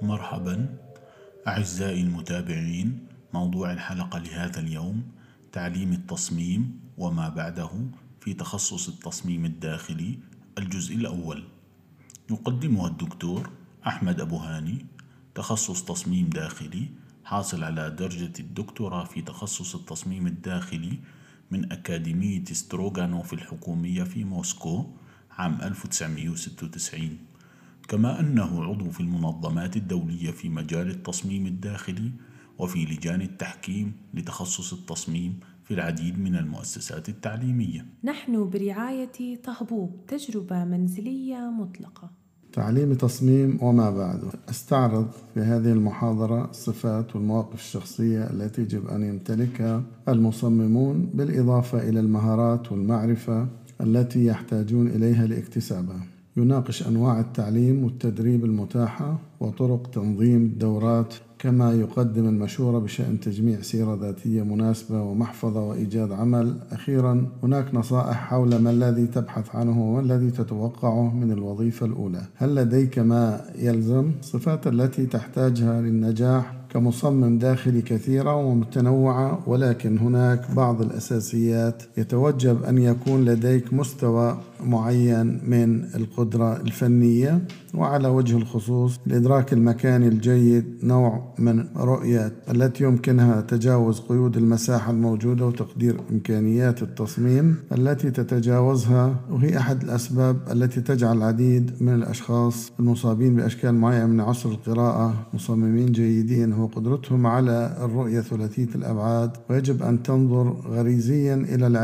مرحبا أعزائي المتابعين. موضوع الحلقة لهذا اليوم تعليم التصميم وما بعده في تخصص التصميم الداخلي، الجزء الأول. يقدمها الدكتور أحمد أبو هاني، تخصص تصميم داخلي، حاصل على درجة الدكتوراه في تخصص التصميم الداخلي من أكاديمية ستروغانوف الحكومية في موسكو عام 1996، كما أنه عضو في المنظمات الدولية في مجال التصميم الداخلي وفي لجان التحكيم لتخصص التصميم في العديد من المؤسسات التعليمية. نحن برعاية طهبوب، تجربة منزلية مطلقة. تعليم تصميم وما بعده. استعرض في هذه المحاضرة الصفات والمواقف الشخصية التي يجب أن يمتلكها المصممون، بالإضافة إلى المهارات والمعرفة التي يحتاجون إليها لاكتسابها. يناقش أنواع التعليم والتدريب المتاحة وطرق تنظيم الدورات، كما يقدم المشورة بشأن تجميع سيرة ذاتية مناسبة ومحفظة وإيجاد عمل. أخيرا هناك نصائح حول ما الذي تبحث عنه وما الذي تتوقعه من الوظيفة الأولى. هل لديك ما يلزم؟ الصفات التي تحتاجها للنجاح كمصمم داخلي كثيرة ومتنوعة، ولكن هناك بعض الأساسيات يتوجب أن يكون لديك مستوى معين من القدرة الفنية، وعلى وجه الخصوص الإدراك المكاني الجيد، نوع من رؤية التي يمكنها تجاوز قيود المساحة الموجودة وتقدير إمكانيات التصميم التي تتجاوزها، وهي أحد الأسباب التي تجعل العديد من الأشخاص المصابين بأشكال معينة من عسر القراءة مصممين جيدين، هو قدرتهم على الرؤية ثلاثية الأبعاد. ويجب أن تنظر غريزيا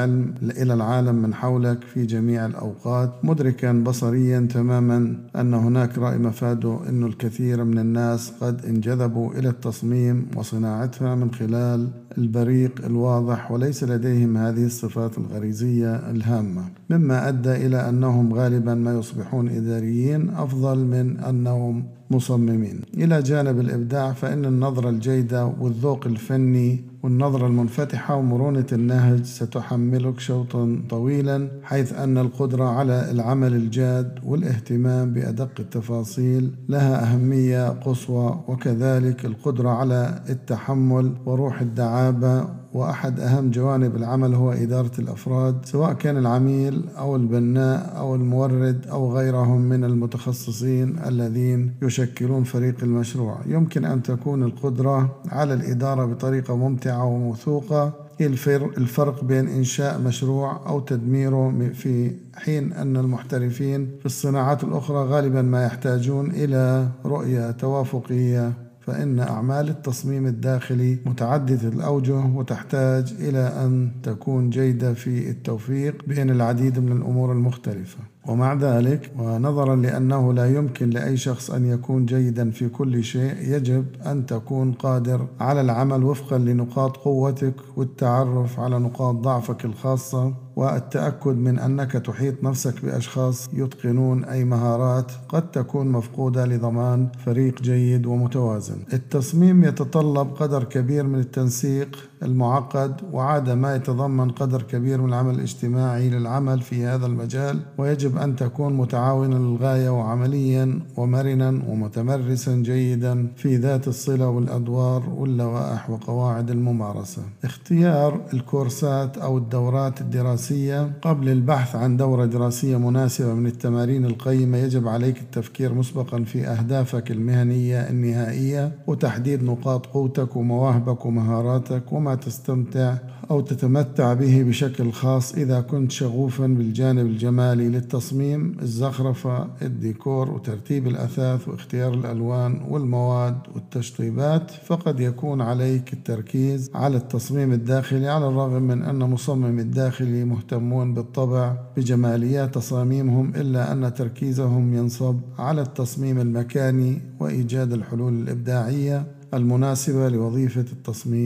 إلى العالم من حولك في جميع الأوقات، مدركا بصريا تماما أن هناك رأي مفاده أن الكثير من الناس قد انجذبوا إلى التصميم وصناعتها من خلال البريق الواضح، وليس لديهم هذه الصفات الغريزية الهامة، مما أدى إلى أنهم غالبا ما يصبحون إداريين أفضل من أنهم مصممين. إلى جانب الإبداع، فإن النظرة الجيدة والذوق الفني والنظرة المنفتحة ومرونة النهج ستحملك شوطا طويلا، حيث أن القدرة على العمل الجاد والاهتمام بأدق التفاصيل لها أهمية قصوى، وكذلك القدرة على التحمل وروح الدعابة. وأحد أهم جوانب العمل هو إدارة الأفراد، سواء كان العميل أو البناء أو المورد أو غيرهم من المتخصصين الذين يشكلون فريق المشروع. يمكن أن تكون القدرة على الإدارة بطريقة ممتعة وموثوقة هي الفرق بين إنشاء مشروع أو تدميره، في حين أن المحترفين في الصناعات الأخرى غالبا ما يحتاجون إلى رؤية توافقية. فإن أعمال التصميم الداخلي متعددة الأوجه وتحتاج إلى أن تكون جيدة في التوفيق بين العديد من الأمور المختلفة. ومع ذلك، ونظرا لأنه لا يمكن لأي شخص أن يكون جيدا في كل شيء، يجب أن تكون قادر على العمل وفقا لنقاط قوتك والتعرف على نقاط ضعفك الخاصة، والتأكد من أنك تحيط نفسك بأشخاص يتقنون أي مهارات قد تكون مفقودة لضمان فريق جيد ومتوازن. التصميم يتطلب قدر كبير من التنسيق المعقد، وعادة ما يتضمن قدر كبير من العمل الاجتماعي للعمل في هذا المجال، ويجب أن تكون متعاونا للغاية وعمليا ومرنا ومتمرسا جيدا في ذات الصلة والأدوار واللوائح وقواعد الممارسة. اختيار الكورسات أو الدورات الدراسية قبل البحث عن دورة دراسية مناسبة من التمارين القيمة. يجب عليك التفكير مسبقا في أهدافك المهنية النهائية وتحديد نقاط قوتك ومواهبك ومهاراتك وما تستمتع أو تتمتع به بشكل خاص. إذا كنت شغوفا بالجانب الجمالي للتصميم، الزخرفة، الديكور وترتيب الأثاث واختيار الألوان والمواد والتشطيبات، فقد يكون عليك التركيز على التصميم الداخلي، على الرغم من أن مصمم الداخلي مهتمون بالطبع بجماليات تصاميمهم، إلا أن تركيزهم ينصب على التصميم المكاني وإيجاد الحلول الإبداعية المناسبة لوظيفة التصميم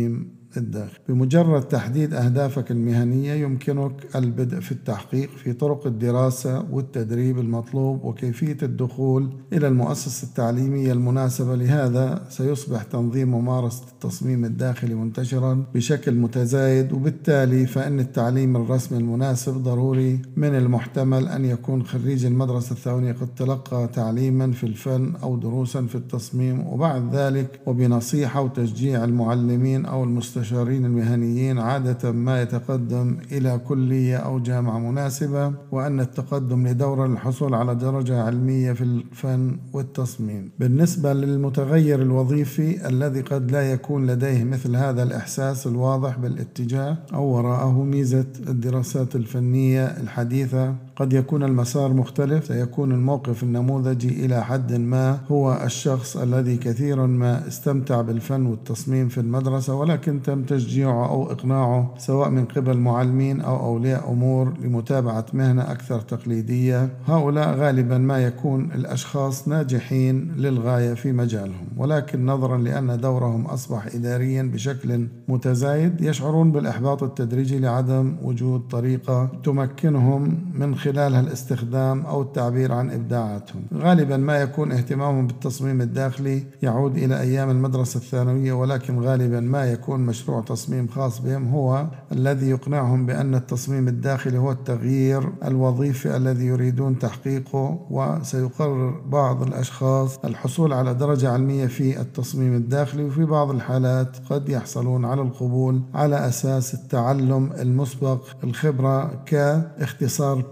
الداخلي. بمجرد تحديد أهدافك المهنية يمكنك البدء في التحقيق في طرق الدراسة والتدريب المطلوب وكيفية الدخول إلى المؤسسة التعليمية المناسبة. لهذا سيصبح تنظيم ممارسة التصميم الداخلي منتشرا بشكل متزايد، وبالتالي فإن التعليم الرسمي المناسب ضروري. من المحتمل أن يكون خريج المدرسة الثانوية قد تلقى تعليما في الفن أو دروسا في التصميم، وبعد ذلك وبنصيحة وتشجيع المعلمين أو المستشارين المهنيين عادة ما يتقدم إلى كلية أو جامعة مناسبة، وأن التقدم لدورة للحصول على درجة علمية في الفن والتصميم. بالنسبة للمتغير الوظيفي الذي قد لا يكون لديه مثل هذا الإحساس الواضح بالاتجاه أو وراءه ميزة الدراسات الفنية الحديثة، قد يكون المسار مختلف. سيكون الموقف النموذجي إلى حد ما هو الشخص الذي كثيرا ما استمتع بالفن والتصميم في المدرسة، ولكن تم تشجيعه أو إقناعه سواء من قبل معلمين أو أولياء أمور لمتابعة مهنة أكثر تقليدية. هؤلاء غالبا ما يكون الأشخاص ناجحين للغاية في مجالهم، ولكن نظرا لأن دورهم أصبح إداريا بشكل متزايد يشعرون بالإحباط التدريجي لعدم وجود طريقة تمكنهم من خلالها الاستخدام أو التعبير عن إبداعاتهم. غالبا ما يكون اهتمامهم بالتصميم الداخلي يعود إلى أيام المدرسة الثانوية، ولكن غالبا ما يكون مشروع تصميم خاص بهم هو الذي يقنعهم بأن التصميم الداخلي هو التغيير الوظيفي الذي يريدون تحقيقه. وسيقرر بعض الأشخاص الحصول على درجة علمية في التصميم الداخلي، وفي بعض الحالات قد يحصلون على القبول على أساس التعلم المسبق، الخبرة كاختصار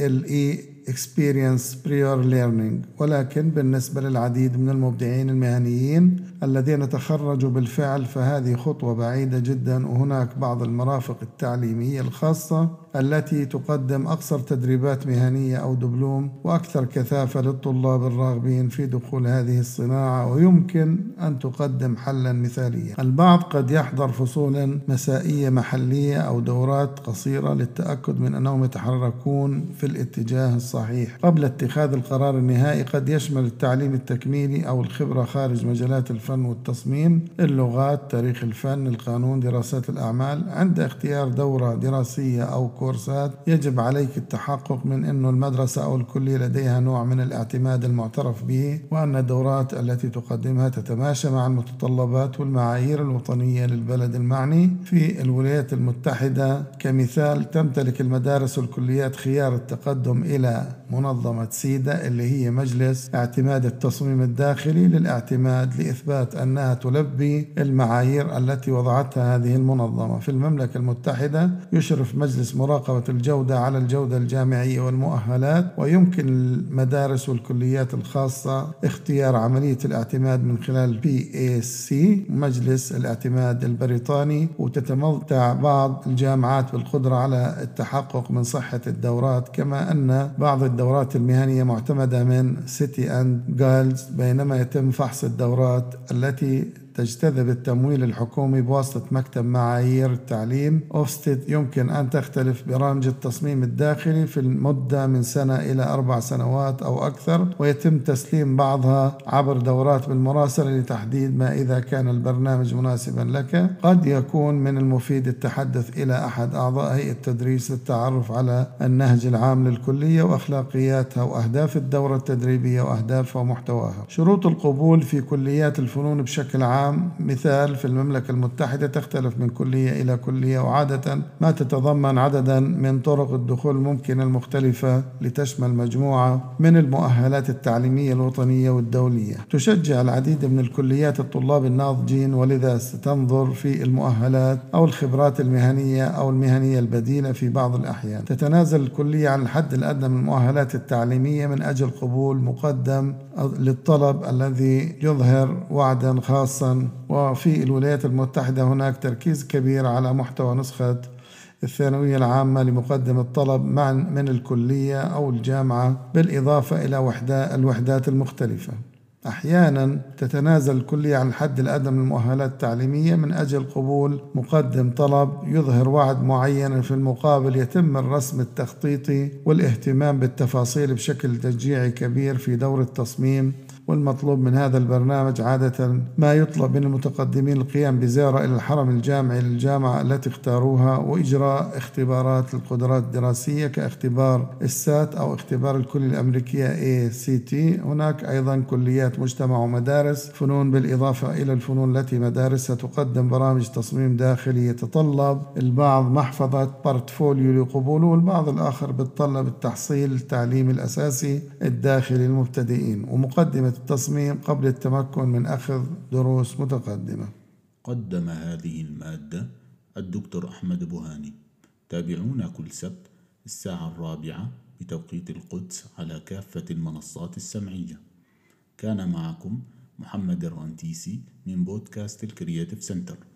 PLE Experience Prior Learning. ولكن بالنسبة للعديد من المبدعين المهنيين الذين تخرجوا بالفعل فهذه خطوة بعيدة جدا، وهناك بعض المرافق التعليمية الخاصة التي تقدم أقصر تدريبات مهنية أو دبلوم وأكثر كثافة للطلاب الراغبين في دخول هذه الصناعة، ويمكن أن تقدم حلا مثاليا. البعض قد يحضر فصولا مسائية محلية أو دورات قصيرة للتأكد من أنهم يتحركون في الاتجاه الصحيح قبل اتخاذ القرار النهائي. قد يشمل التعليم التكميلي أو الخبرة خارج مجالات الفن والتصميم، اللغات، تاريخ الفن، القانون، دراسات الأعمال. عند اختيار دورة دراسية أو كورسات يجب عليك التحقق من أن المدرسة أو الكلية لديها نوع من الاعتماد المعترف به، وأن الدورات التي تقدمها تتماشى مع المتطلبات والمعايير الوطنية للبلد المعني. في الولايات المتحدة كمثال تمتلك المدارس والكليات خيار التقدم إلى منظمة سيدا اللي هي مجلس اعتماد التصميم الداخلي للاعتماد لإثبات أنها تلبي المعايير التي وضعتها هذه المنظمة. في المملكة المتحدة يشرف مجلس مراقبة الجودة على الجودة الجامعية والمؤهلات، ويمكن المدارس والكليات الخاصة اختيار عملية الاعتماد من خلال PAC مجلس الاعتماد البريطاني. وتتمتع بعض الجامعات بالقدرة على التحقق من صحة الدورات، كما أن بعض الدورات المهنية معتمدة من City and Guilds، بينما يتم فحص الدورات التي تجتذب التمويل الحكومي بواسطة مكتب معايير التعليم أوفستيد. يمكن أن تختلف برامج التصميم الداخلي في المدة من سنة إلى 4 سنوات أو أكثر، ويتم تسليم بعضها عبر دورات بالمراسلة لتحديد ما إذا كان البرنامج مناسبا لك. قد يكون من المفيد التحدث إلى أحد أعضاء هيئة التدريس للتعرف على النهج العام للكلية وأخلاقياتها وأهداف الدورة التدريبية وأهدافها ومحتواها. شروط القبول في كليات الفنون بشكل عام مثال في المملكة المتحدة تختلف من كلية إلى كلية، وعادة ما تتضمن عددا من طرق الدخول الممكنة المختلفة لتشمل مجموعة من المؤهلات التعليمية الوطنية والدولية. تشجع العديد من الكليات الطلاب الناضجين، ولذا ستنظر في المؤهلات أو الخبرات المهنية أو المهنية البديلة. في بعض الأحيان تتنازل الكلية عن الحد الأدنى من المؤهلات التعليمية من أجل قبول مقدم للطلب الذي يظهر وعدا خاصا. وفي الولايات المتحدة هناك تركيز كبير على محتوى نسخة الثانوية العامة لمقدم الطلب من الكلية أو الجامعة، بالإضافة إلى الوحدات المختلفة. أحيانا تتنازل الكلية عن الحد الأدنى من المؤهلات التعليمية من أجل قبول مقدم طلب يظهر وعد معين. في المقابل يتم الرسم التخطيطي والاهتمام بالتفاصيل بشكل تشجيعي كبير في دور التصميم والمطلوب من هذا البرنامج عادة ما يطلب من المتقدمين القيام بزيارة إلى الحرم الجامعي للجامعة التي اختاروها وإجراء اختبارات القدرات الدراسية كاختبار السات أو اختبار الكلية الأمريكية ACT. هناك أيضا كليات مجتمع ومدارس فنون بالإضافة إلى الفنون التي مدارسها تقدم برامج تصميم داخلي يتطلب البعض محفظة بورتفوليو لقبوله، والبعض الآخر بتطلب التحصيل التعليمي الأساسي الداخلي للمبتدئين ومقدمة التصميم قبل التمكن من أخذ دروس متقدمة. قدم هذه المادة الدكتور أحمد بوهاني. تابعونا كل سبت 4:00 بتوقيت القدس على كافة المنصات السمعية. كان معكم محمد الرنتيسي من بودكاست الكرياتيف سنتر.